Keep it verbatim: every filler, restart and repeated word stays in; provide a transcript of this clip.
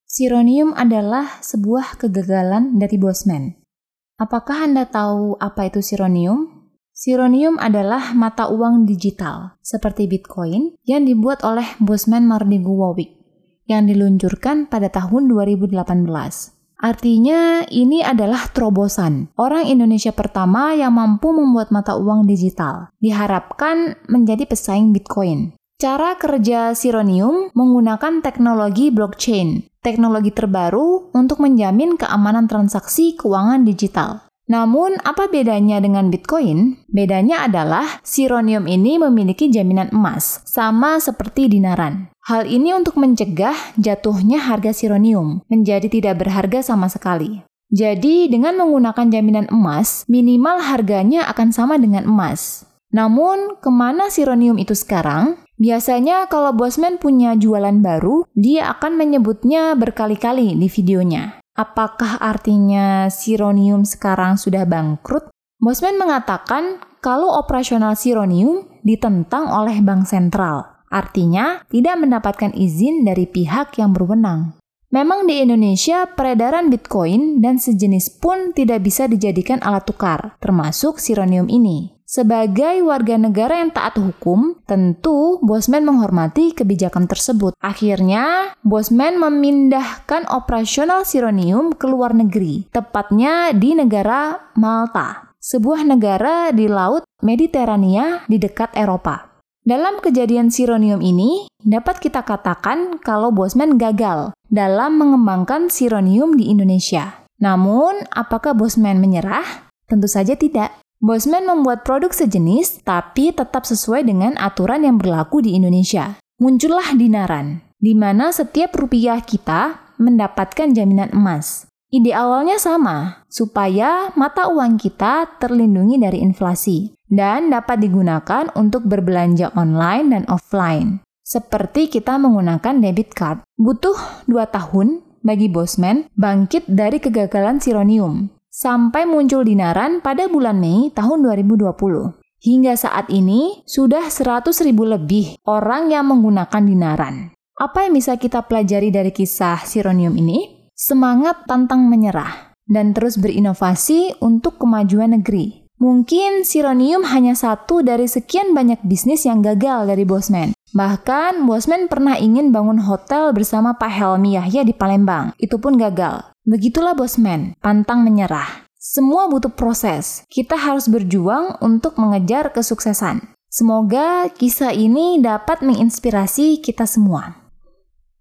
Sironium adalah sebuah kegagalan dari Bosman. Apakah Anda tahu apa itu sironium? Sironium adalah mata uang digital seperti Bitcoin yang dibuat oleh Bosman Mardigul-Warwick yang diluncurkan pada tahun dua ribu delapan belas. Artinya ini adalah terobosan. Orang Indonesia pertama yang mampu membuat mata uang digital. Diharapkan menjadi pesaing Bitcoin. Cara kerja sironium menggunakan teknologi blockchain, teknologi terbaru untuk menjamin keamanan transaksi keuangan digital. Namun, apa bedanya dengan Bitcoin? Bedanya adalah sironium ini memiliki jaminan emas, sama seperti dinaran. Hal ini untuk mencegah jatuhnya harga sironium menjadi tidak berharga sama sekali. Jadi, dengan menggunakan jaminan emas, minimal harganya akan sama dengan emas. Namun, kemana sironium itu sekarang? Biasanya kalau Bosman punya jualan baru, dia akan menyebutnya berkali-kali di videonya. Apakah artinya sironium sekarang sudah bangkrut? Bosman mengatakan kalau operasional sironium ditentang oleh bank sentral. Artinya tidak mendapatkan izin dari pihak yang berwenang. Memang di Indonesia peredaran Bitcoin dan sejenis pun tidak bisa dijadikan alat tukar, termasuk sironium ini. Sebagai warga negara yang taat hukum, tentu Bosman menghormati kebijakan tersebut. Akhirnya, Bosman memindahkan operasional sironium ke luar negeri, tepatnya di negara Malta, sebuah negara di Laut Mediterania di dekat Eropa. Dalam kejadian sironium ini, dapat kita katakan kalau Bosman gagal dalam mengembangkan sironium di Indonesia. Namun, apakah Bosman menyerah? Tentu saja tidak. Bosman membuat produk sejenis, tapi tetap sesuai dengan aturan yang berlaku di Indonesia. Muncullah dinaran, di mana setiap rupiah kita mendapatkan jaminan emas. Ide awalnya sama, supaya mata uang kita terlindungi dari inflasi dan dapat digunakan untuk berbelanja online dan offline. Seperti kita menggunakan debit card. Butuh dua tahun bagi Bosman bangkit dari kegagalan sironium. Sampai muncul dinaran pada bulan Mei tahun dua ribu dua puluh. Hingga saat ini, sudah seratus ribu lebih orang yang menggunakan dinaran. Apa yang bisa kita pelajari dari kisah sironium ini? Semangat pantang menyerah, dan terus berinovasi untuk kemajuan negeri. Mungkin sironium hanya satu dari sekian banyak bisnis yang gagal dari Bosman. Bahkan, Bosman pernah ingin bangun hotel bersama Pak Helmi Yahya di Palembang. Itu pun gagal. Begitulah Bosman, pantang menyerah. Semua butuh proses. Kita harus berjuang untuk mengejar kesuksesan. Semoga kisah ini dapat menginspirasi kita semua.